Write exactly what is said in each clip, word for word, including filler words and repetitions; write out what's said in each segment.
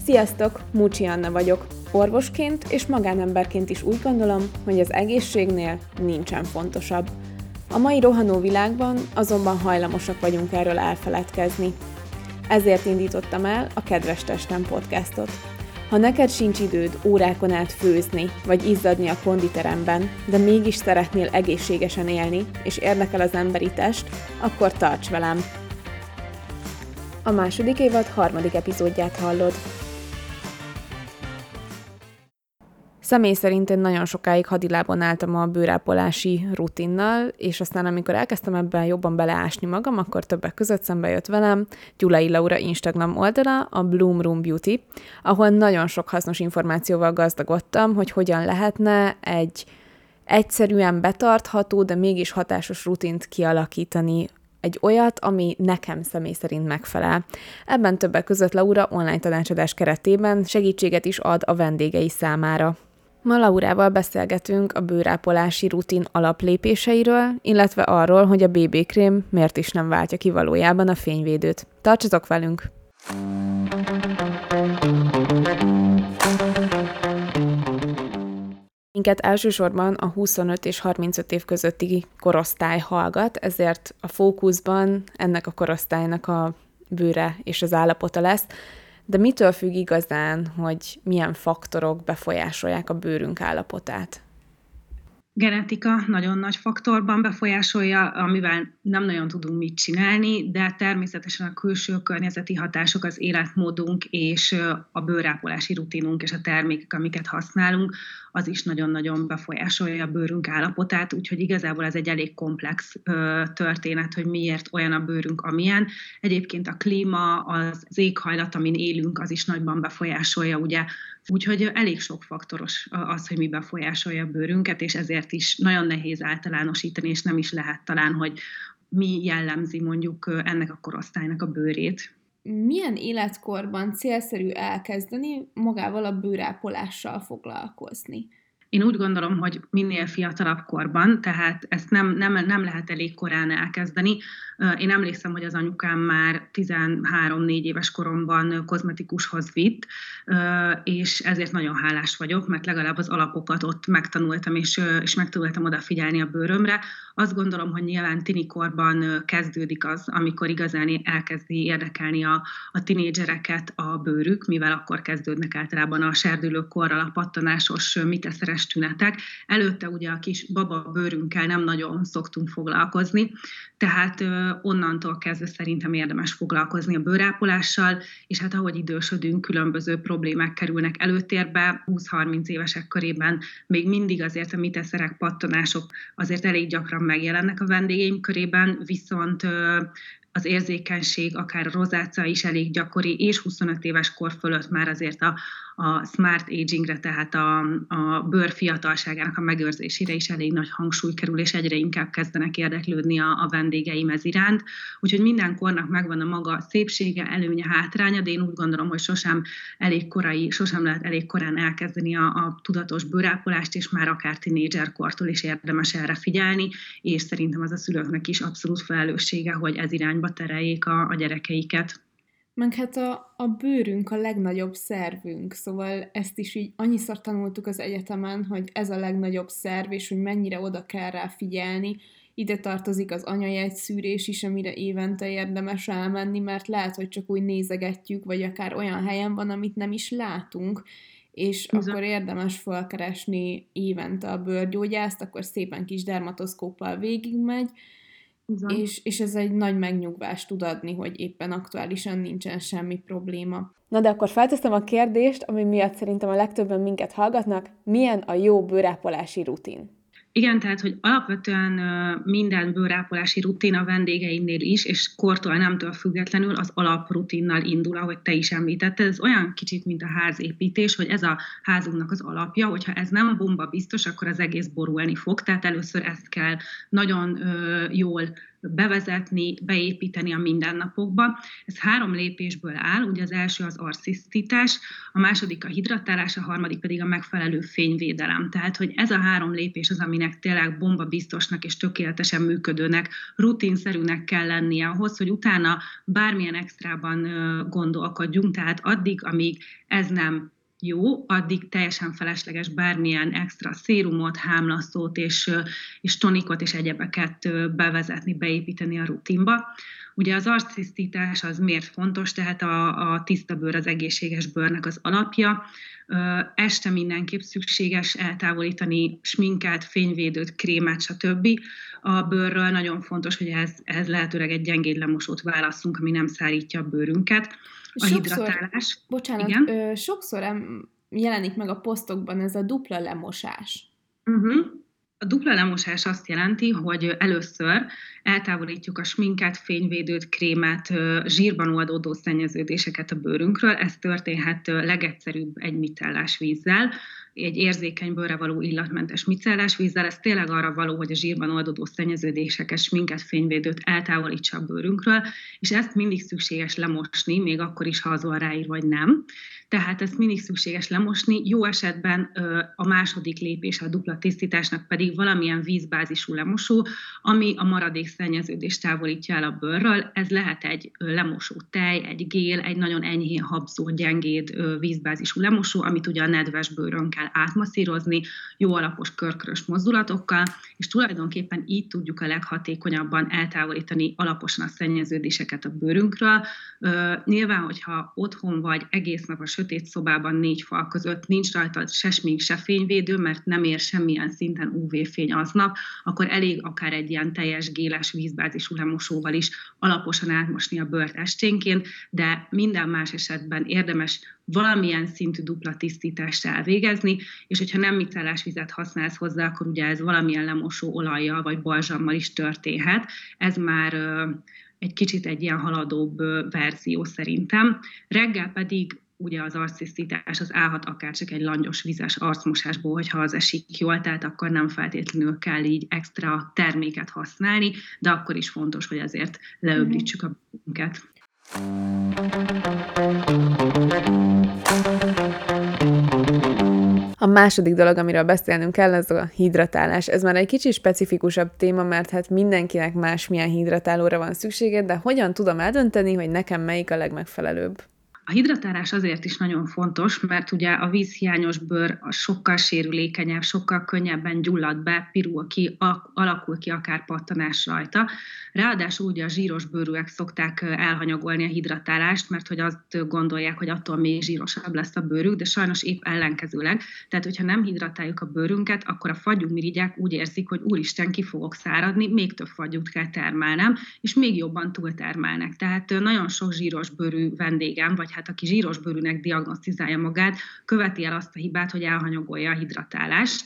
Sziasztok, Múcsi Anna vagyok. Orvosként és magánemberként is úgy gondolom, hogy az egészségnél nincsen fontosabb. A mai rohanó világban azonban hajlamosak vagyunk erről elfeledkezni. Ezért indítottam el a Kedves Testem podcastot. Ha neked sincs időd órákon át főzni, vagy izzadni a konditeremben, de mégis szeretnél egészségesen élni, és érdekel az emberi test, akkor tarts velem! A második évad harmadik epizódját hallod. Személy szerint én nagyon sokáig hadilábon álltam a bőrápolási rutinnal, és aztán amikor elkezdtem ebben jobban beleásni magam, akkor többek között szembe jött velem Gyulai Laura Instagram oldala, a Bloom Room Beauty, ahol nagyon sok hasznos információval gazdagodtam, hogy hogyan lehetne egy egyszerűen betartható, de mégis hatásos rutint kialakítani, egy olyat, ami nekem személy szerint megfelel. Ebben többek között Laura online tanácsadás keretében segítséget is ad a vendégei számára. Ma Laurával beszélgetünk a bőrápolási rutin alaplépéseiről, illetve arról, hogy a bé bé-krém miért is nem váltja ki valójában a fényvédőt. Tartsatok velünk! Minket elsősorban a huszonöt és harmincöt év közötti korosztály hallgat, ezért a fókuszban ennek a korosztálynak a bőre és az állapota lesz. De mitől függ igazán, hogy milyen faktorok befolyásolják a bőrünk állapotát? Genetika nagyon nagy faktorban befolyásolja, amivel nem nagyon tudunk mit csinálni, de természetesen a külső környezeti hatások, az életmódunk és a bőrápolási rutinunk és a termékek, amiket használunk, az is nagyon-nagyon befolyásolja a bőrünk állapotát, úgyhogy igazából ez egy elég komplex ö, történet, hogy miért olyan a bőrünk, amilyen. Egyébként a klíma, az, az éghajlat, amin élünk, az is nagyban befolyásolja, ugye, úgyhogy elég sok faktoros az, hogy mi befolyásolja a bőrünket, és ezért is nagyon nehéz általánosítani, és nem is lehet talán, hogy mi jellemzi mondjuk ennek a korosztálynak a bőrét. Milyen életkorban célszerű elkezdeni magával a bőrápolással foglalkozni? Én úgy gondolom, hogy minél fiatalabb korban, tehát ezt nem, nem, nem lehet elég korán elkezdeni. Én emlékszem, hogy az anyukám már tizenhárom-négy éves koromban kozmetikushoz vitt, és ezért nagyon hálás vagyok, mert legalább az alapokat ott megtanultam, és, és megtanultam odafigyelni a bőrömre. Azt gondolom, hogy nyilván tinikorban kezdődik az, amikor igazán elkezdi érdekelni a, a tinédzsereket a bőrük, mivel akkor kezdődnek általában a serdülőkorral a pattanásos, miteszeres tünetek. Előtte ugye a kis baba bőrünkkel nem nagyon szoktunk foglalkozni, tehát onnantól kezdve szerintem érdemes foglalkozni a bőrápolással, és hát ahogy idősödünk, különböző problémák kerülnek előtérbe, húsz-harminc évesek körében még mindig azért a miteszerek, pattanások azért elég gyakran megjelennek a vendégeim körében, viszont az érzékenység, akár a rozáca is elég gyakori, és huszonöt éves kor fölött már azért a, a smart agingre, tehát a, a bőr fiatalságának a megőrzésére is elég nagy hangsúly kerül, és egyre inkább kezdenek érdeklődni a, a vendégeim ez iránt. Úgyhogy minden kornak megvan a maga szépsége, előnye, hátránya, de én úgy gondolom, hogy sosem elég korai, sosem lehet elég korán elkezdeni a, a tudatos bőrápolást, és már akár tinédzserkortól is érdemes erre figyelni, és szerintem az a szülőknek is abszolút felelőssége, hogy ez irányba tereljék a, a gyerekeiket. Meg hát a, a bőrünk a legnagyobb szervünk, szóval ezt is így annyiszor tanultuk az egyetemen, hogy ez a legnagyobb szerv, és hogy mennyire oda kell rá figyelni. Ide tartozik az anyajegyszűrés is, amire évente érdemes elmenni, mert lehet, hogy csak úgy nézegetjük, vagy akár olyan helyen van, amit nem is látunk, és Bizony. Akkor érdemes felkeresni évente a bőrgyógyászt, akkor szépen kis dermatoszkóppal végigmegy, És, és ez egy nagy megnyugvást tud adni, hogy éppen aktuálisan nincsen semmi probléma. Na de akkor felteszem a kérdést, ami miatt szerintem a legtöbben minket hallgatnak, milyen a jó bőrápolási rutin? Igen, tehát, hogy alapvetően minden bőrápolási rutin a vendégeimnél is, és kortól nemtől függetlenül az alaprutinnal indul, ahogy te is említetted. Ez olyan kicsit, mint a házépítés, hogy ez a házunknak az alapja, hogyha ez nem bomba biztos, akkor az egész borulni fog, tehát először ezt kell nagyon jól bevezetni, beépíteni a mindennapokba. Ez három lépésből áll, ugye az első az arctisztítás, a második a hidratálás, a harmadik pedig a megfelelő fényvédelem. Tehát, hogy ez a három lépés az, aminek tényleg bombabiztosnak és tökéletesen működőnek, rutinszerűnek kell lennie ahhoz, hogy utána bármilyen extrában gondolkodjunk, tehát addig, amíg ez nem jó, addig teljesen felesleges bármilyen extra szérumot, hámlasztót és, és tonikot és egyebeket bevezetni, beépíteni a rutinba. Ugye az arctisztítás az miért fontos, tehát a, a tiszta bőr az egészséges bőrnek az alapja. Este mindenképp szükséges eltávolítani sminket, fényvédőt, krémet, stb. A bőrről nagyon fontos, hogy ez, ez lehetőleg egy gyengéd lemosót válasszunk, ami nem szárítja a bőrünket. A sokszor, hidratálás. Bocsánat, igen? Ö, sokszor em, jelenik meg a posztokban ez a dupla lemosás. Uh-huh. A dupla lemosás azt jelenti, hogy először eltávolítjuk a sminket, fényvédőt, krémet, zsírban oldódó szennyeződéseket a bőrünkről. Ez történhet legegyszerűbb egy micellás vízzel, egy érzékeny bőrre való illatmentes micellás vízzel. Ez tényleg arra való, hogy a zsírban oldódó szennyeződéseket, sminket, fényvédőt eltávolítsa a bőrünkről, és ezt mindig szükséges lemosni, még akkor is, ha az van ráír, vagy nem. Tehát ezt mindig szükséges lemosni. Jó esetben a második lépés a dupla tisztításnak pedig valamilyen vízbázisú lemosó, ami a maradék szennyeződést távolítja el a bőrről. Ez lehet egy lemosó tej, egy gél, egy nagyon enyhén habzó, gyengéd vízbázisú lemosó, amit ugye a nedves bőrön kell átmasszírozni, jó alapos körkörös mozdulatokkal, és tulajdonképpen így tudjuk a leghatékonyabban eltávolítani alaposan a szennyeződéseket a bőrünkről. Nyilván, hogyha otthon vagy egész nap a sötét szobában négy fal között nincs rajtad se smink, se fényvédő, mert nem ér semmilyen szinten ú vé-fény aznap, akkor elég akár egy ilyen teljes géles vízbázisú lemosóval is alaposan átmosni a bőrt esténként, de minden más esetben érdemes valamilyen szintű dupla tisztítást elvégezni, és hogyha nem micellás vizet használsz hozzá, akkor ugye ez valamilyen lemosó olajjal vagy balzsammal is történhet. Ez már egy kicsit egy ilyen haladóbb verzió szerintem. Reggel pedig ugye az arctisztítás az állhat akár csak egy langyos vizes arcmosásból, hogyha az esik jól, tehát akkor nem feltétlenül kell így extra terméket használni, de akkor is fontos, hogy azért leöblítsük a bőrünket. A második dolog, amiről beszélnünk kell, ez a hidratálás. Ez már egy kicsit specifikusabb téma, mert hát mindenkinek másmilyen hidratálóra van szüksége, de hogyan tudom eldönteni, hogy nekem melyik a legmegfelelőbb? A hidratálás azért is nagyon fontos, mert ugye a vízhiányos bőr sokkal sérülékenyebb, sokkal könnyebben gyullad be, pirul ki, alakul ki akár pattanás rajta. Ráadásul ugye a zsíros bőrűek szokták elhanyagolni a hidratálást, mert hogy azt gondolják, hogy attól még zsírosabb lesz a bőrük, de sajnos épp ellenkezőleg. Tehát, hogyha nem hidratáljuk a bőrünket, akkor a fagyú-mirigyek úgy érzik, hogy úristen, ki fogok száradni, még több fagyút kell termelnem, és még jobban túltermelnek. Tehát nagyon sok zsíros bőrű vendégem, vagy hát aki zsíros bőrűnek diagnosztizálja magát, követi el azt a hibát, hogy elhanyagolja a hidratálást,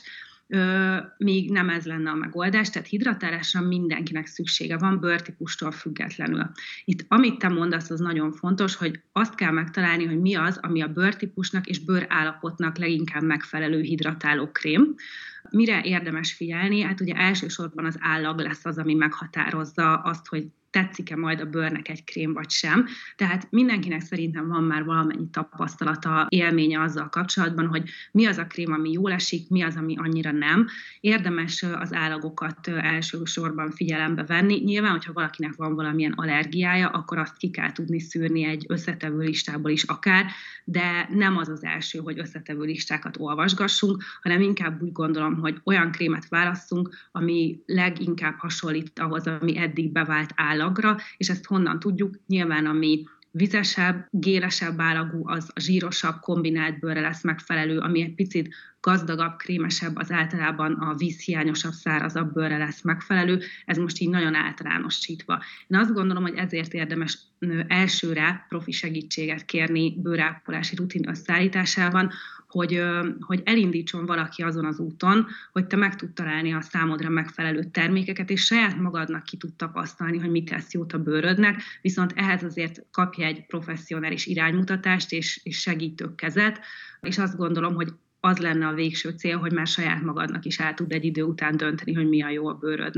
még nem ez lenne a megoldás, tehát hidratálásra mindenkinek szüksége van, bőrtípustól függetlenül. Itt amit te mondasz, az nagyon fontos, hogy azt kell megtalálni, hogy mi az, ami a bőrtípusnak és bőrállapotnak leginkább megfelelő hidratáló krém. Mire érdemes figyelni? Hát ugye elsősorban az állag lesz az, ami meghatározza azt, hogy tetszik-e majd a bőrnek egy krém vagy sem. Tehát mindenkinek szerintem van már valamennyi tapasztalata, élménye azzal kapcsolatban, hogy mi az a krém, ami jól esik, mi az, ami annyira nem. Érdemes az állagokat elsősorban figyelembe venni. Nyilván, hogyha valakinek van valamilyen allergiája, akkor azt ki kell tudni szűrni egy összetevő listából is akár, de nem az az első, hogy összetevő listákat olvasgassunk, hanem inkább úgy gondolom, hogy olyan krémet válasszunk, ami leginkább hasonlít ahhoz, ami eddig bevált állagra, és ezt honnan tudjuk? Nyilván, ami vizesebb, gélesebb állagú, az a zsírosabb, kombinált bőrre lesz megfelelő, ami egy picit gazdagabb, krémesebb, az általában a vízhiányosabb, szárazabb bőrre lesz megfelelő. Ez most így nagyon általánosítva. Én azt gondolom, hogy ezért érdemes elsőre profi segítséget kérni bőrápolási rutin összeállításában, hogy, hogy elindítson valaki azon az úton, hogy te meg tud találni a számodra megfelelő termékeket, és saját magadnak ki tud tapasztalni, hogy mit tesz jót a bőrödnek, viszont ehhez azért kapja egy professzionális iránymutatást és, és segítő kezet, és azt gondolom, hogy az lenne a végső cél, hogy már saját magadnak is el tud egy idő után dönteni, hogy mi a jó a bőrödnek.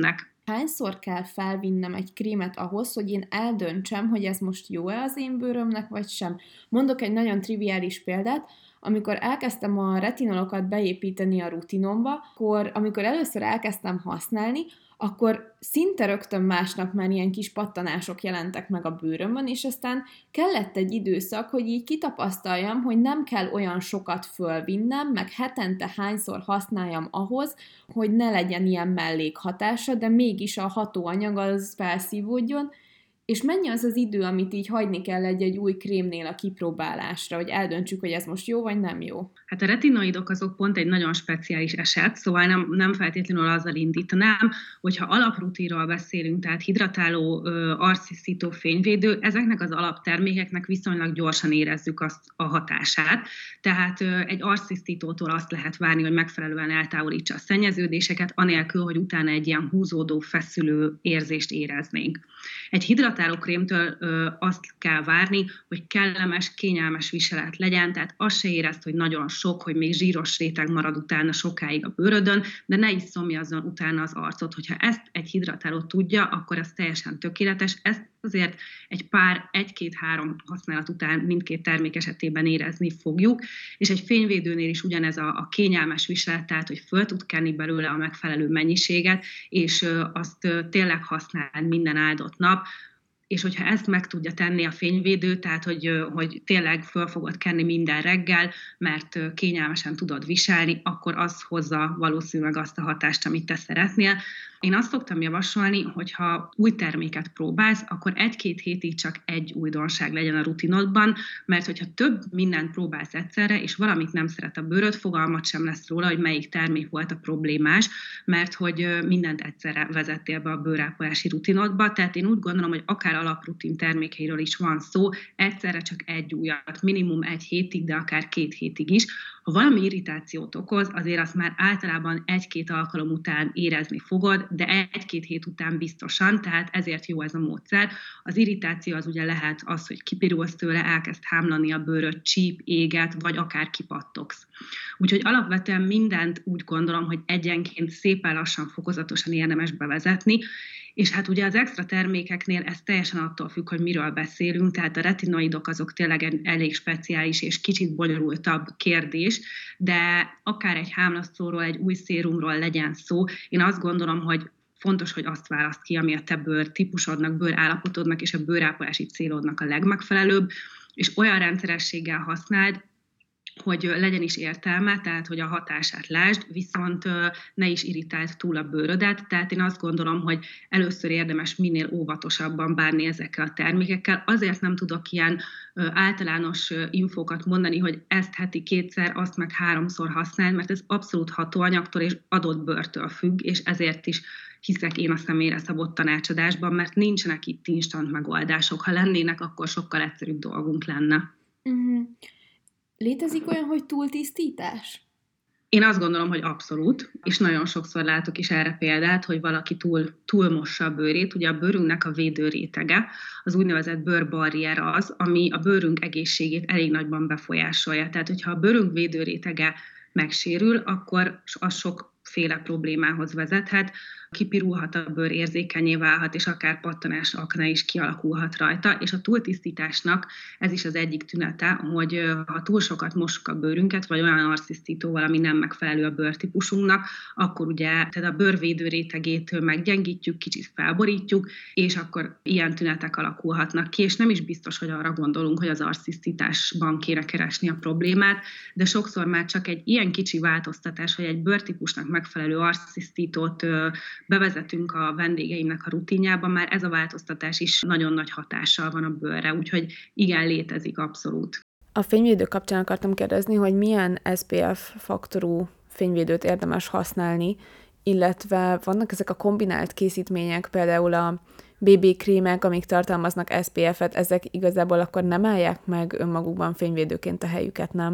hányszor kell felvinnem egy krémet ahhoz, hogy én eldöntsem, hogy ez most jó-e az én bőrömnek, vagy sem. Mondok egy nagyon triviális példát, amikor elkezdtem a retinolokat beépíteni a rutinomba, akkor amikor először elkezdtem használni, akkor szinte rögtön másnap már ilyen kis pattanások jelentek meg a bőrömön, és aztán kellett egy időszak, hogy így kitapasztaljam, hogy nem kell olyan sokat fölvinnem, meg hetente hányszor használjam ahhoz, hogy ne legyen ilyen mellékhatása, de mégis a hatóanyag az felszívódjon, és mennyi az az idő, amit így hagyni kell egy-egy új krémnél a kipróbálásra, hogy eldöntsük, hogy ez most jó, vagy nem jó? Hát a retinoidok azok pont egy nagyon speciális eset, szóval nem, nem feltétlenül azzal indítanám, hogyha alaprutinról beszélünk, tehát hidratáló, arctisztító, fényvédő, ezeknek az alaptermékeknek viszonylag gyorsan érezzük azt a hatását. Tehát egy arctisztítótól azt lehet várni, hogy megfelelően eltávolítsa a szennyeződéseket, anélkül, hogy utána egy ilyen húzódó, feszülő érzést éreznénk. Egy hidratáló krémtől ö, azt kell várni, hogy kellemes, kényelmes viselet legyen, tehát azt se érezt, hogy nagyon sok, hogy még zsíros réteg marad utána sokáig a bőrödön, de ne is szomjazzon utána az arcot. Hogyha ezt egy hidratáló tudja, akkor ez teljesen tökéletes. Ezt azért egy pár, egy-két-három használat után mindkét termék esetében érezni fogjuk, és egy fényvédőnél is ugyanez a, a kényelmes viselet, tehát hogy föl tud kenni belőle a megfelelő mennyiséget, és ö, azt ö, tényleg használ minden áldott nap, és hogyha ezt meg tudja tenni a fényvédő, tehát hogy, hogy tényleg föl fogod kenni minden reggel, mert kényelmesen tudod viselni, akkor az hozza valószínűleg azt a hatást, amit te szeretnél. Én azt szoktam javasolni, hogyha új terméket próbálsz, akkor egy-két hétig csak egy újdonság legyen a rutinodban, mert hogyha több mindent próbálsz egyszerre, és valamit nem szeret a bőröd, fogalmat sem lesz róla, hogy melyik termék volt a problémás, mert hogy mindent egyszerre vezettél be a bőrápolási rutinodba, tehát én úgy gondolom, hogy akár alaprutin termékeiről is van szó, egyszerre csak egy újat, minimum egy hétig, de akár két hétig is. Ha valami irritációt okoz, azért azt már általában egy-két alkalom után érezni fogod, de egy-két hét után biztosan, tehát ezért jó ez a módszer. Az irritáció az ugye lehet az, hogy kipirulsz tőle, elkezd hámlani a bőröd, csíp, éget, vagy akár kipattogsz. Úgyhogy alapvetően mindent úgy gondolom, hogy egyenként szépen lassan, fokozatosan érdemes bevezetni, és hát ugye az extra termékeknél ez teljesen attól függ, hogy miről beszélünk, tehát a retinoidok azok tényleg elég speciális és kicsit bonyolultabb kérdés, de akár egy hámlasztóról, egy új szérumról legyen szó, én azt gondolom, hogy fontos, hogy azt választ ki, ami a te bőr típusodnak, bőrállapotodnak és a bőrápolási célodnak a legmegfelelőbb, és olyan rendszerességgel használd, hogy legyen is értelme, tehát hogy a hatását lásd, viszont ne is irritáld túl a bőrödet, tehát én azt gondolom, hogy először érdemes minél óvatosabban bánni ezekkel a termékekkel. Azért nem tudok ilyen általános infókat mondani, hogy ezt heti kétszer, azt meg háromszor használni, mert ez abszolút hatóanyagtól és adott bőrtől függ, és ezért is hiszek én a személyre szabott tanácsadásban, mert nincsenek itt instant megoldások. Ha lennének, akkor sokkal egyszerűbb dolgunk lenne. Uh-huh. Létezik olyan, hogy túltisztítás? Én azt gondolom, hogy abszolút, és nagyon sokszor látok is erre példát, hogy valaki túl, túlmossa a bőrét. Ugye a bőrünknek a védőrétege, az úgynevezett bőrbarrier az, ami a bőrünk egészségét elég nagyban befolyásolja. Tehát, hogyha a bőrünk védőrétege megsérül, akkor az sokféle problémához vezethet. Kipirulhat a bőr, érzékenyé válhat, és akár pattanás, akne is kialakulhat rajta, és a túltisztításnak ez is az egyik tünete, hogy ha túl sokat mossuk a bőrünket, vagy olyan arctisztítóval, ami nem megfelelő a bőrtípusunknak, akkor ugye tehát a bőrvédő rétegét meggyengítjük, kicsit felborítjuk, és akkor ilyen tünetek alakulhatnak ki, és nem is biztos, hogy arra gondolunk, hogy az arctisztításban kéne keresni a problémát, de sokszor már csak egy ilyen kicsi változtatás, hogy egy bőrtípusnak megfelelő arctisztítót bevezetünk a vendégeimnek a rutinjába, már ez a változtatás is nagyon nagy hatással van a bőrre, úgyhogy igen, létezik abszolút. A fényvédő kapcsán akartam kérdezni, hogy milyen es pé ef faktorú fényvédőt érdemes használni, illetve vannak ezek a kombinált készítmények, például a bé bé krémek, amik tartalmaznak es pé ef-et, ezek igazából akkor nem állják meg önmagukban fényvédőként a helyüket, nem?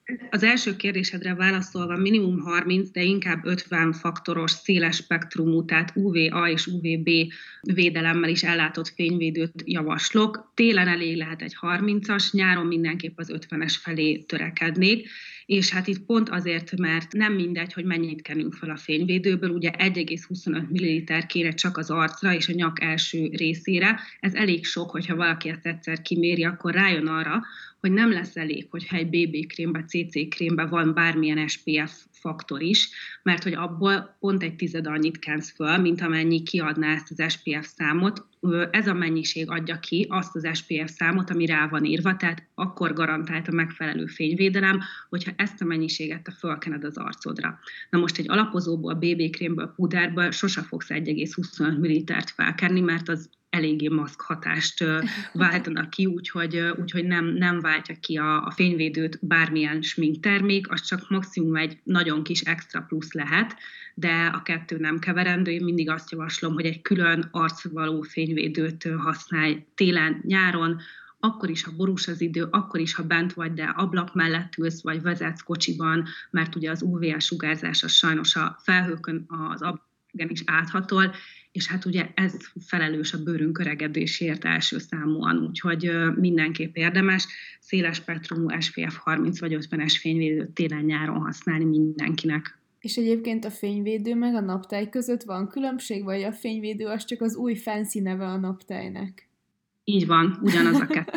Az első kérdésedre válaszolva minimum harminc, de inkább ötven faktoros széles spektrumú, tehát u vé á és u vé bé védelemmel is ellátott fényvédőt javaslok. Télen elég lehet egy harmincas, nyáron mindenképp az ötvenes felé törekednék, és hát itt pont azért, mert nem mindegy, hogy mennyit kenünk fel a fényvédőből, ugye egy egész huszonöt milliliter kéne csak az arcra és a nyak első részére. Ez elég sok, hogyha valaki ezt egyszer kiméri, akkor rájön arra, hogy nem lesz elég, hogyha egy bé bé krémben, cé cé krémben van bármilyen es pé ef faktor is, mert hogy abból pont egy tized annyit kensz föl, mint amennyi kiadná ezt az es pé ef számot. Ez a mennyiség adja ki azt az es pé ef számot, ami rá van írva, tehát akkor garantált a megfelelő fényvédelem, hogyha ezt a mennyiséget te fölkened az arcodra. Na most egy alapozóból, bé bé krémből, púderből sose fogsz egy egész huszonöt millilitert felkenni, mert az eléggé maszk hatást váltanak ki, úgyhogy, úgyhogy nem, nem váltja ki a, a fényvédőt bármilyen sminktermék, az csak maximum egy nagyon kis extra plusz lehet, de a kettő nem keverendő. Én mindig azt javaslom, hogy egy külön arcvaló fényvédőt használj télen, nyáron, akkor is, ha borús az idő, akkor is, ha bent vagy, de ablak mellett ülsz, vagy vezetsz kocsiban, mert ugye az u vé á sugárzás az sajnos a felhőkön, az ablakon is áthatol, és hát ugye ez felelős a bőrünk öregedéséért első számúan, úgyhogy mindenképp érdemes széles spektrumú es pé ef harminc vagy ötvenes fényvédőt télen-nyáron használni mindenkinek. És egyébként a fényvédő meg a naptáj között van különbség, vagy a fényvédő az csak az új fancy neve a naptájnak? Így van, ugyanaz a kettő.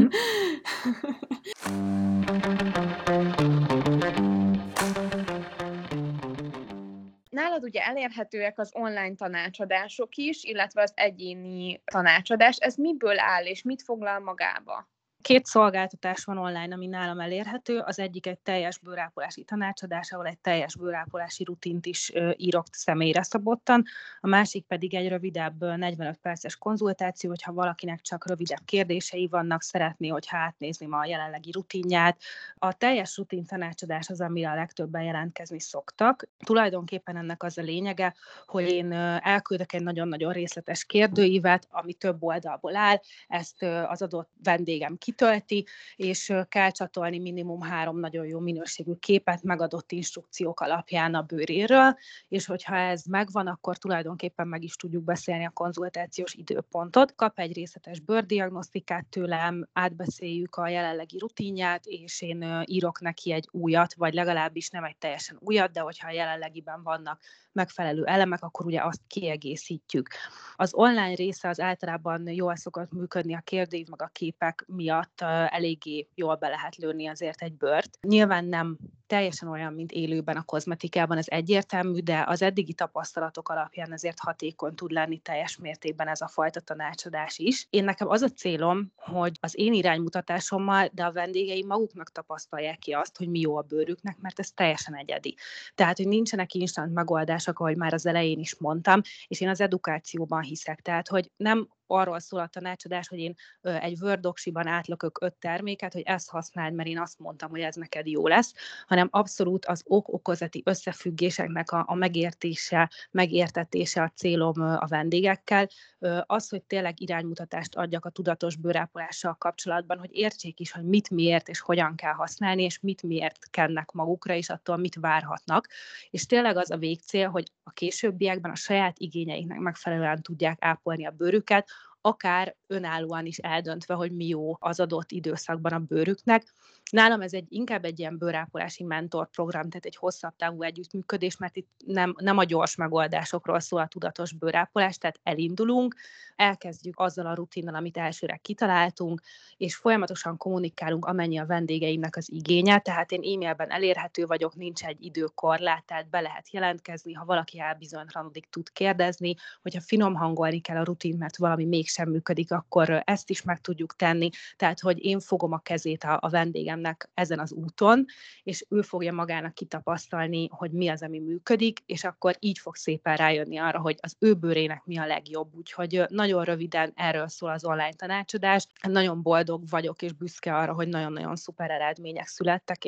Nálad ugye elérhetőek az online tanácsadások is, illetve az egyéni tanácsadás. Ez miből áll, és mit foglal magába? Két szolgáltatás van online, ami nálam elérhető. Az egyik egy teljes bőrápolási tanácsadás, ahol egy teljes bőrápolási rutint is írok személyre szabottan. A másik pedig egy rövidebb negyvenöt perces konzultáció, hogyha valakinek csak rövidebb kérdései vannak, szeretné, hogyha átnézném a jelenlegi rutinját. A teljes rutin tanácsadás az, amire a legtöbben jelentkezni szoktak. Tulajdonképpen ennek az a lényege, hogy én elküldök egy nagyon-nagyon részletes kérdőívet, ami több oldalból áll, ezt az adott vendégem kitölti, és kell csatolni minimum három nagyon jó minőségű képet megadott instrukciók alapján a bőréről, és hogyha ez megvan, akkor tulajdonképpen meg is tudjuk beszélni a konzultációs időpontot. Kap egy részletes bőrdiagnosztikát tőlem, átbeszéljük a jelenlegi rutinját, és én írok neki egy újat, vagy legalábbis nem egy teljesen újat, de hogyha a jelenlegiben vannak megfelelő elemek, akkor ugye azt kiegészítjük. Az online része az általában jól szokott működni, a kérdőív meg a képek miatt eléggé jól be lehet lőni azért egy bőrt. Nyilván nem teljesen olyan, mint élőben a kozmetikában, ez egyértelmű, de az eddigi tapasztalatok alapján azért hatékony tud lenni teljes mértékben ez a fajta tanácsadás is. Én nekem az a célom, hogy az én iránymutatásommal, de a vendégeim maguknak tapasztalják ki azt, hogy mi jó a bőrüknek, mert ez teljesen egyedi. Tehát, hogy nincsenek instant megoldások, ahogy már az elején is mondtam, és én az edukációban hiszek. Tehát, hogy nem arról szól a tanácsadás, hogy én ö, egy Word doksiban átlökök öt terméket, hogy ezt használd, mert én azt mondtam, hogy ez neked jó lesz, hanem abszolút az ok-okozati összefüggéseknek a, a megértése, megértetése a célom ö, a vendégekkel. Ö, az, hogy tényleg iránymutatást adjak a tudatos bőrápolással kapcsolatban, hogy értsék is, hogy mit miért és hogyan kell használni, és mit miért kennek magukra, és attól mit várhatnak. És tényleg az a végcél, hogy a későbbiekben a saját igényeiknek megfelelően tudják ápolni a bőrüket, akár önállóan is eldöntve, hogy mi jó az adott időszakban a bőrüknek. Nálam ez egy, inkább egy ilyen bőrápolási mentorprogram, tehát egy hosszabb távú együttműködés, mert itt nem, nem a gyors megoldásokról szól a tudatos bőrápolás, tehát elindulunk, elkezdjük azzal a rutinnal, amit elsőre kitaláltunk, és folyamatosan kommunikálunk, amennyi a vendégeimnek az igénye, tehát én e-mailben elérhető vagyok, nincs egy időkorlát, tehát be lehet jelentkezni, ha valaki elbizonytalanodik, tud kérdezni, hogyha finom hangolni kell a rutin, mert valami mégsem működik, akkor ezt is meg tudjuk tenni, tehát hogy én fogom a kezét a, a vendégemnek ezen az úton, és ő fogja magának kitapasztalni, hogy mi az, ami működik, és akkor így fog szépen rájönni arra, hogy az ő bőrének mi a legjobb. Úgyhogy nagyon röviden erről szól az online tanácsadás. Nagyon boldog vagyok és büszke arra, hogy nagyon-nagyon szuper eredmények születtek, és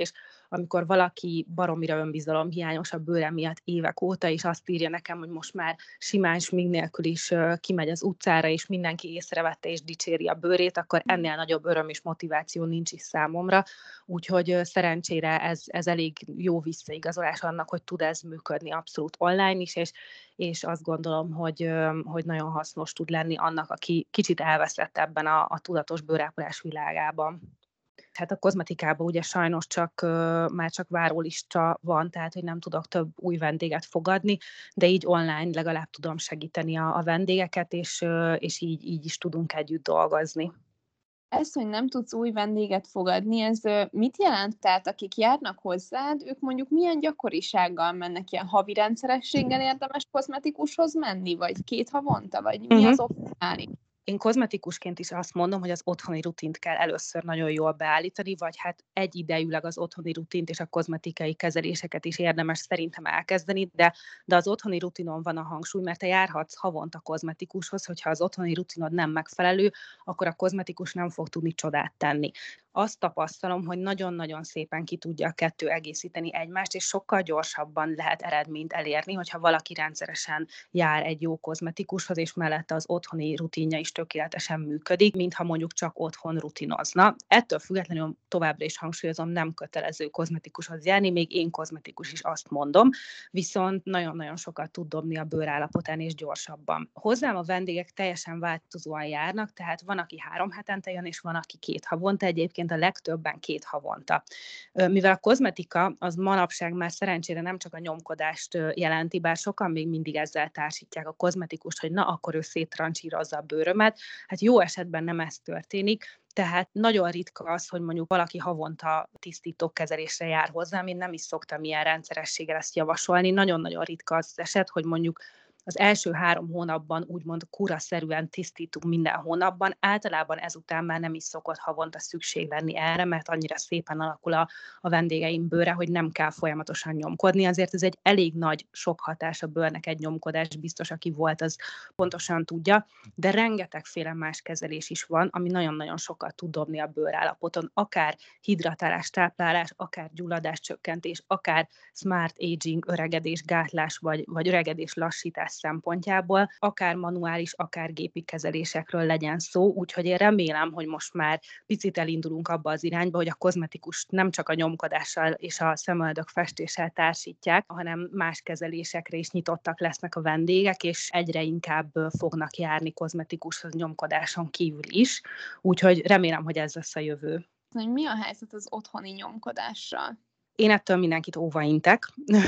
amikor valaki baromira önbizalomhiányos a bőre miatt évek óta, és azt írja nekem, hogy most már simán smink nélkül is kimegy az utcára, és mindenki észrevette és dicséri a bőrét, akkor ennél nagyobb öröm és motiváció nincs is számomra. Úgyhogy szerencsére ez, ez elég jó visszaigazolás annak, hogy tud ez működni abszolút online is, és, és azt gondolom, hogy, hogy nagyon hasznos tud lenni annak, aki kicsit elveszett ebben a, a tudatos bőrápolás világában. Hát a kozmetikában ugye sajnos csak, már csak várólista van, tehát hogy nem tudok több új vendéget fogadni, de így online legalább tudom segíteni a, a vendégeket, és, és így, így is tudunk együtt dolgozni. Ez, hogy nem tudsz új vendéget fogadni, ez mit jelent? Tehát akik járnak hozzád, ők mondjuk milyen gyakorisággal mennek, ilyen havi rendszerességgel érdemes kozmetikushoz menni, vagy két havonta, vagy mi uh-huh. az optimális? Én kozmetikusként is azt mondom, hogy az otthoni rutint kell először nagyon jól beállítani, vagy hát egyidejűleg az otthoni rutint és a kozmetikai kezeléseket is érdemes szerintem elkezdeni, de, de az otthoni rutinon van a hangsúly, mert te járhatsz havonta kozmetikushoz, hogyha az otthoni rutinod nem megfelelő, akkor a kozmetikus nem fog tudni csodát tenni. Azt tapasztalom, hogy nagyon-nagyon szépen ki tudja a kettő egészíteni egymást, és sokkal gyorsabban lehet eredményt elérni, hogyha valaki rendszeresen jár egy jó kozmetikushoz, és mellette az otthoni rutinja is tökéletesen működik, mintha mondjuk csak otthon rutinozna. Ettől függetlenül továbbra is hangsúlyozom, nem kötelező kozmetikushoz járni, még én kozmetikus is azt mondom, viszont nagyon-nagyon sokat tud dobni a bőrállapotán és gyorsabban. Hozzám a vendégek teljesen változóan járnak, tehát van, aki három hetente jön, és van, aki két havonta, egyébként a legtöbben két havonta. Mivel a kozmetika az manapság már szerencsére nem csak a nyomkodást jelenti, bár sokan még mindig ezzel társítják a kozmetikust, hogy na, akkor ő széttrancsírozza a bőrömet. Hát jó esetben nem ez történik, tehát nagyon ritka az, hogy mondjuk valaki havonta tisztítókezelésre jár hozzám, én nem is szoktam ilyen rendszerességgel ezt javasolni, nagyon-nagyon ritka az eset, hogy mondjuk az első három hónapban úgymond kuraszerűen tisztítunk minden hónapban, általában ezután már nem is szokott havonta szükség lenni erre, mert annyira szépen alakul a, a vendégeim bőre, hogy nem kell folyamatosan nyomkodni, azért ez egy elég nagy sok hatás a bőrnek egy nyomkodás, biztos aki volt, az pontosan tudja, de rengetegféle más kezelés is van, ami nagyon-nagyon sokat tud dobni a bőrállapoton, akár hidratálás, táplálás, akár gyulladáscsökkentés, akár smart aging, öregedés, gátlás, vagy, vagy öregedés lassítás szempontjából, akár manuális, akár gépi kezelésekről legyen szó, úgyhogy én remélem, hogy most már picit elindulunk abba az irányba, hogy a kozmetikust nem csak a nyomkodással és a szemöldök festéssel társítják, hanem más kezelésekre is nyitottak lesznek a vendégek, és egyre inkább fognak járni kozmetikushoz nyomkodáson kívül is, úgyhogy remélem, hogy ez lesz a jövő. Mi a helyzet az otthoni nyomkodással? Én ettől mindenkit óvaintek,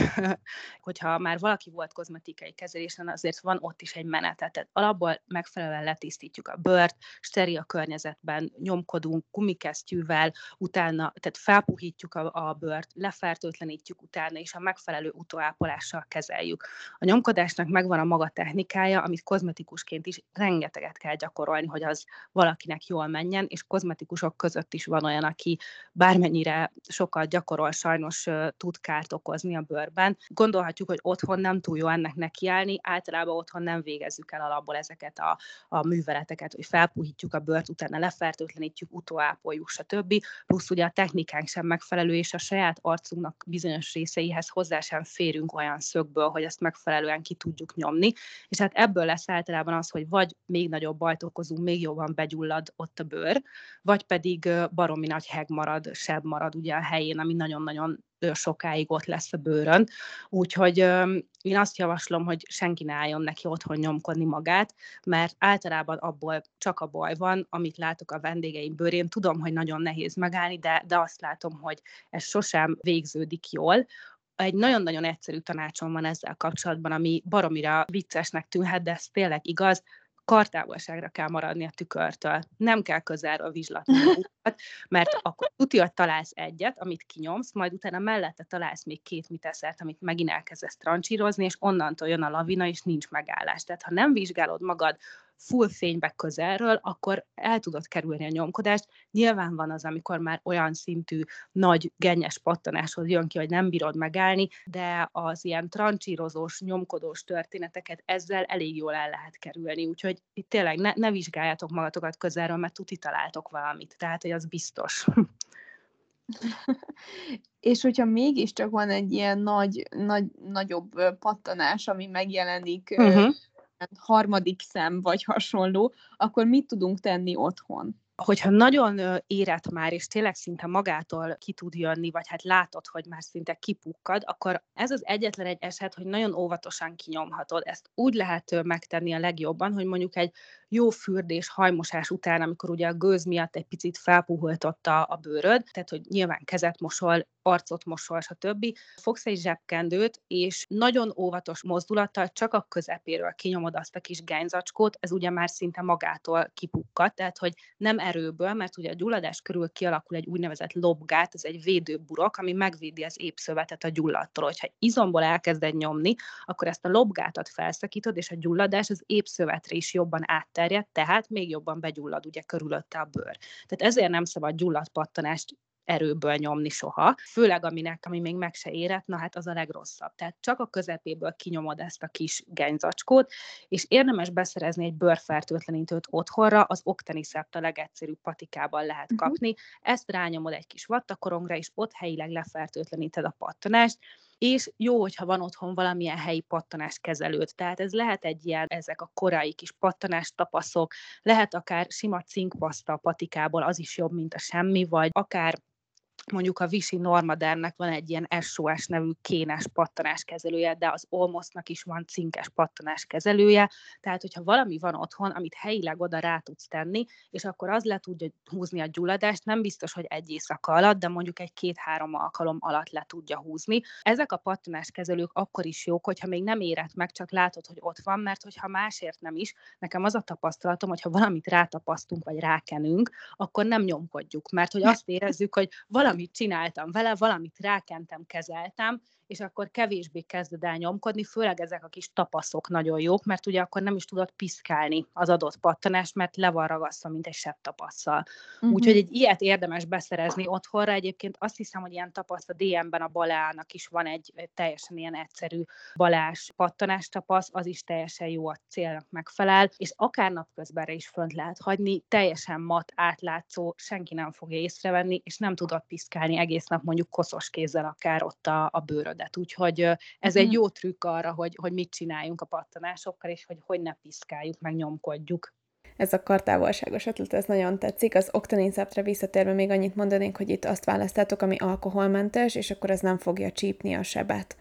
hogyha már valaki volt kozmetikai kezelésen, azért van ott is egy menetet. Tehát alapból megfelelően letisztítjuk a bőrt, steril környezetben nyomkodunk gumikesztyűvel, utána, tehát felpuhítjuk a, a bőrt, lefertőtlenítjük utána, és a megfelelő utóápolással kezeljük. A nyomkodásnak megvan a maga technikája, amit kozmetikusként is rengeteget kell gyakorolni, hogy az valakinek jól menjen, és kozmetikusok között is van olyan, aki bármennyire sokat gyakorol, sajnos tud kárt okozni a bőrben. Gondolhatjuk, hogy otthon nem túl jó ennek nekiállni, általában otthon nem végezzük el alapból ezeket a, a műveleteket, hogy felpuhítjuk a bőrt, utána lefertőtlenítjük, utóápoljuk, stb. Plusz ugye a technikánk sem megfelelő, és a saját arcunknak bizonyos részeihez hozzá sem férünk olyan szögből, hogy ezt megfelelően ki tudjuk nyomni, és hát ebből lesz általában az, hogy vagy még nagyobb bajt okozunk, még jobban begyullad ott a bőr, vagy pedig baromi nagy heg marad, seb marad ugye a helyén, ami nagyon-nagyon sokáig ott lesz a bőrön. Úgyhogy én azt javaslom, hogy senki ne álljon neki otthon nyomkodni magát, mert általában abból csak a baj van, amit látok a vendégeim bőrén. Tudom, hogy nagyon nehéz megállni, de, de azt látom, hogy ez sosem végződik jól. Egy nagyon-nagyon egyszerű tanácsom van ezzel kapcsolatban, ami baromira viccesnek tűnhet, de ez tényleg igaz, kartávolságra kell maradni a tükörtől. Nem kell közelről vizslatni magukat, mert akkor tuti, találsz egyet, amit kinyomsz, majd utána mellette találsz még két miteszert, amit megint elkezdesz trancsírozni, és onnantól jön a lavina, és nincs megállás. Tehát ha nem vizsgálod magad full fénybe közelről, akkor el tudod kerülni a nyomkodást. Nyilván van az, amikor már olyan szintű nagy gennyes pattanáshoz jön ki, hogy nem bírod megállni, de az ilyen trancsírozós, nyomkodós történeteket ezzel elég jól el lehet kerülni. Úgyhogy itt tényleg ne, ne vizsgáljátok magatokat közelről, mert tuti találtok valamit. Tehát, hogy az biztos. És hogyha mégiscsak van egy ilyen nagy, nagy, nagyobb pattanás, ami megjelenik, uh-huh. harmadik szem vagy hasonló, akkor mit tudunk tenni otthon? Hogyha nagyon érett már, és tényleg szinte magától ki tud jönni, vagy hát látod, hogy már szinte kipukkad, akkor ez az egyetlen egy eset, hogy nagyon óvatosan kinyomhatod. Ezt úgy lehet megtenni a legjobban, hogy mondjuk egy jó fürdés, hajmosás után, amikor ugye a gőz miatt egy picit felpuhultott a, a bőröd, tehát hogy nyilván kezet mosol, arcot mosol, stb. Fogsz egy zsebkendőt, és nagyon óvatos mozdulattal csak a közepéről kinyomod azt a kis gányzacskót, ez ugye már szinte magától kipukkad, tehát hogy nem erőből, mert ugye a gyulladás körül kialakul egy úgynevezett lobgát, ez egy védőburok, ami megvédi az épszövetet a gyulladtól. Hogyha izomból elkezded nyomni, akkor ezt a lobgátat felszakítod, és a gyulladás az épszövetre is jobban átterjed, tehát még jobban begyullad ugye körülötte a bőr. Tehát ezért nem szabad gyulladpattanást erőből nyomni soha, főleg aminek, ami még meg se érett, na hát az a legrosszabb. Tehát csak a közepéből kinyomod ezt a kis gányzacskót, és érdemes beszerezni egy bőrfertőtlenítőt otthonra, az Octanicept a legegyszerűbb patikában lehet kapni, uh-huh. ezt rányomod egy kis vattakorongra, és ott helyileg lefertőtleníted a pattanást, és jó, hogyha van otthon valamilyen helyi pattanáskezelőd. Tehát ez lehet egy ilyen, ezek a korai kis pattanástapaszok, lehet akár sima cinkpaszta a patikából, az is jobb, mint a semmi, vagy akár mondjuk a Vichy Normadernek van egy ilyen es o es nevű kénes pattanáskezelője, de az Olmosznak is van cinkes pattanáskezelője, tehát hogyha valami van otthon, amit helyileg oda rá tudsz tenni, és akkor az le tudja húzni a gyulladást, nem biztos, hogy egy éjszaka alatt, de mondjuk egy két-három alkalom alatt le tudja húzni. Ezek a pattanáskezelők akkor is jók, hogyha még nem érett meg, csak látod, hogy ott van, mert hogyha másért nem is, nekem az a tapasztalatom, hogyha valamit rátapasztunk, vagy rákenünk, akkor nem nyomkodjuk, mert hogy azt érezzük, hogy valami valamit csináltam vele, valamit rákentem, kezeltem, és akkor kevésbé kezded el nyomkodni, főleg ezek a kis tapaszok nagyon jók, mert ugye akkor nem is tudod piszkálni az adott pattanást, mert le van ragasztva, mint egy sebtapasszal. Uh-huh. Úgyhogy egy ilyet érdemes beszerezni otthonra. Egyébként azt hiszem, hogy ilyen tapaszt a dé em-ben a Balának is van egy, egy teljesen ilyen egyszerű balás pattanás tapasz, az is teljesen jó, a célnak megfelel, és akár napközbenre is fönt lehet hagyni, teljesen mat, átlátszó, senki nem fogja észrevenni, és nem tudod piszkálni egész nap mondjuk koszos kézzel akár ott a, a bőrödet. Úgyhogy ez egy jó trükk arra, hogy, hogy mit csináljunk a pattanásokkal, és hogy, hogy ne piszkáljuk, meg nyomkodjuk. Ez a kartávolságos ötlet, ez nagyon tetszik. Az Octaniceptre visszatérve még annyit mondanék, hogy itt azt választátok, ami alkoholmentes, és akkor ez nem fogja csípni a sebet.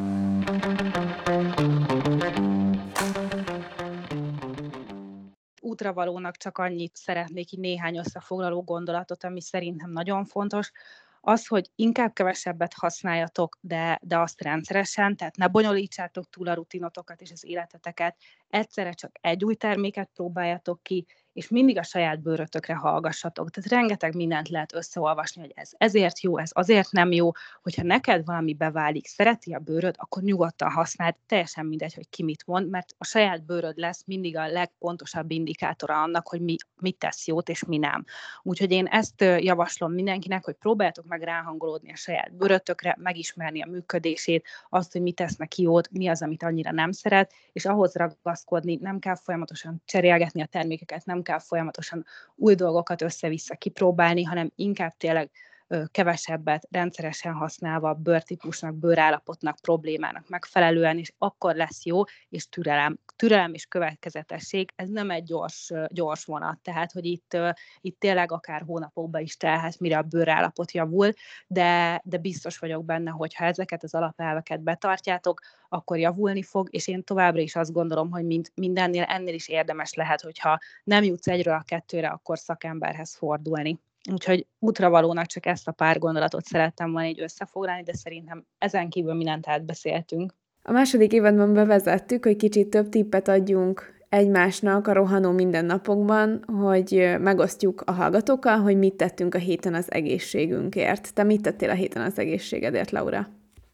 Útravalónak csak annyit szeretnék, így néhány összefoglaló gondolatot, ami szerintem nagyon fontos, az, hogy inkább kevesebbet használjatok, de, de azt rendszeresen, tehát ne bonyolítsátok túl a rutinotokat és az életeteket, egyszerre csak egy új terméket próbáljatok ki, és mindig a saját bőrötökre hallgassatok. Tehát rengeteg mindent lehet összeolvasni, hogy ez ezért jó, ez azért nem jó, hogyha neked valami beválik, szereti a bőröd, akkor nyugodtan használd, teljesen mindegy, hogy ki mit mond, mert a saját bőröd lesz mindig a legpontosabb indikátora annak, hogy mi, mit tesz jót és mi nem. Úgyhogy én ezt javaslom mindenkinek, hogy próbáljátok meg ráhangolódni a saját bőrötökre, megismerni a működését, azt, hogy mit tesz neki jót, mi az, amit annyira nem szeret, és ahhoz ragaszkodni, nem kell folyamatosan cserélgetni a termékeket, nem kell folyamatosan új dolgokat össze-vissza kipróbálni, hanem inkább tényleg kevesebbet rendszeresen használva bőrtípusnak, bőrállapotnak, problémának megfelelően, és akkor lesz jó, és türelem. Türelem és következetesség, ez nem egy gyors, gyors vonat, tehát, hogy itt, itt tényleg akár hónapokba is telhet, mire a bőrállapot javul, de, de biztos vagyok benne, hogy ha ezeket az alapelveket betartjátok, akkor javulni fog, és én továbbra is azt gondolom, hogy mind, mindennél ennél is érdemes lehet, hogyha nem jutsz egyről a kettőre, akkor szakemberhez fordulni. Úgyhogy útravalónak csak ezt a pár gondolatot szerettem volna így összefoglalni, de szerintem ezen kívül mindent átbeszéltünk. A második évadban bevezettük, hogy kicsit több tippet adjunk egymásnak a rohanó mindennapokban, hogy megosztjuk a hallgatókkal, hogy mit tettünk a héten az egészségünkért. Te mit tettél a héten az egészségedért, Laura?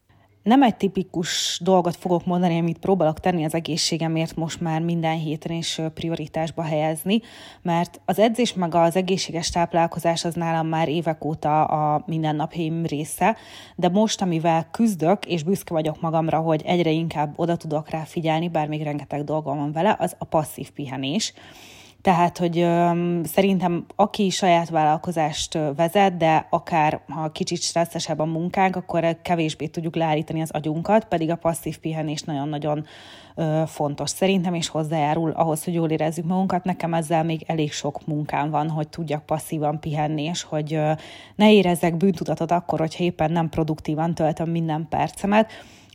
Nem egy tipikus dolgot fogok mondani, amit próbálok tenni az egészségemért most már minden héten és prioritásba helyezni, mert az edzés meg az egészséges táplálkozás az nálam már évek óta a mindennapjaim része, de most, amivel küzdök, és büszke vagyok magamra, hogy egyre inkább oda tudok rá figyelni, bár még rengeteg dolgom van vele, az a passzív pihenés. Tehát, hogy ö, szerintem aki saját vállalkozást vezet, de akár ha kicsit stresszesebb a munkánk, akkor kevésbé tudjuk leállítani az agyunkat, pedig a passzív pihenés nagyon-nagyon ö, fontos szerintem, és hozzájárul ahhoz, hogy jól érezzük magunkat. Nekem ezzel még elég sok munkám van, hogy tudjak passzívan pihenni, és hogy ö, ne érezzek bűntudatot akkor, hogyha éppen nem produktívan töltöm minden percemet,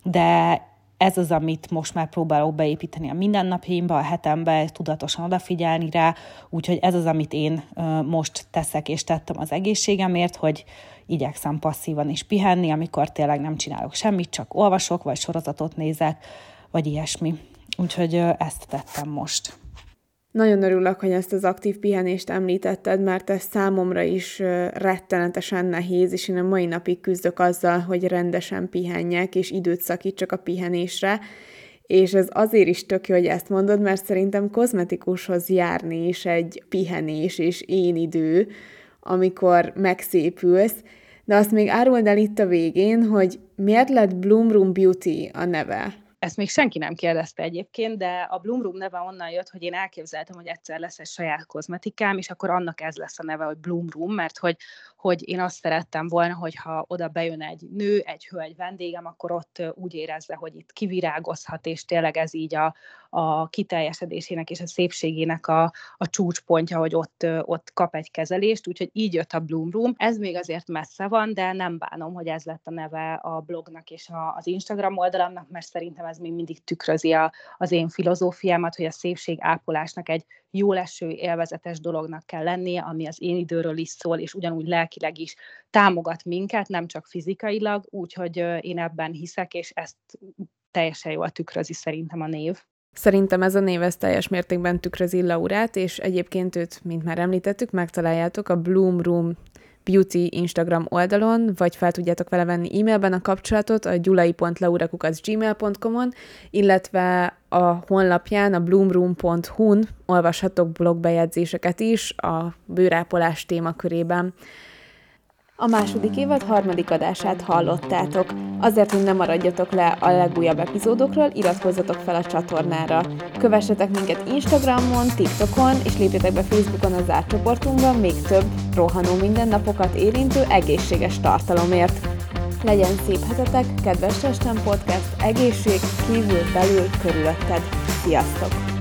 de ez az, amit most már próbálok beépíteni a mindennapjaimba, a hetembe, tudatosan odafigyelni rá, úgyhogy ez az, amit én most teszek és tettem az egészségemért, hogy igyekszem passzívan is pihenni, amikor tényleg nem csinálok semmit, csak olvasok, vagy sorozatot nézek, vagy ilyesmi. Úgyhogy ezt tettem most. Nagyon örülök, hogy ezt az aktív pihenést említetted, mert ez számomra is rettenetesen nehéz, és én a mai napig küzdök azzal, hogy rendesen pihenjek, és időt szakítsak a pihenésre, és ez azért is tök jó, hogy ezt mondod, mert szerintem kozmetikushoz járni is egy pihenés és én idő, amikor megszépülsz, de azt még áruld el itt a végén, hogy miért lett Bloom Room Beauty a neve? Ezt még senki nem kérdezte egyébként, de a Bloom Room neve onnan jött, hogy én elképzeltem, hogy egyszer lesz egy saját kozmetikám, és akkor annak ez lesz a neve, hogy Bloom Room, mert hogy, hogy én azt szerettem volna, hogyha oda bejön egy nő, egy hölgy vendégem, akkor ott úgy érezze, hogy itt kivirágozhat, és tényleg ez így a, a kiteljesedésének és a szépségének a, a csúcspontja, hogy ott, ott kap egy kezelést, úgyhogy így jött a Bloom Room. Ez még azért messze van, de nem bánom, hogy ez lett a neve a blognak és a, az Instagram oldalamnak, mert szerintem ez még mindig tükrözi a, az én filozófiámat, hogy a szépség ápolásnak egy jó leső, élvezetes dolognak kell lennie, ami az én időről is szól, és ugyanúgy lelkileg is támogat minket, nem csak fizikailag, úgyhogy én ebben hiszek, és ezt teljesen jól tükrözi szerintem a név. Szerintem ez a név ez teljes mértékben tükrözi Laurát, és egyébként őt, mint már említettük, megtaláljátok a Bloom Room Beauty Instagram oldalon, vagy fel tudjátok vele venni e-mailben a kapcsolatot a gyulai pont laura kukac gmail pont com-on, illetve a honlapján, a bloomroom pont hu-n olvashatok blogbejegyzéseket is a bőrápolás témakörében. A második évad harmadik adását hallottátok. Azért, hogy ne maradjatok le a legújabb epizódokról, iratkozzatok fel a csatornára. Kövessetek minket Instagramon, TikTokon, és lépjetek be Facebookon a zárt csoportunkban még több rohanó mindennapokat érintő egészséges tartalomért. Legyen szép hetetek, kedves Testem Podcast, egészség kívül, belül, körülötted. Sziasztok!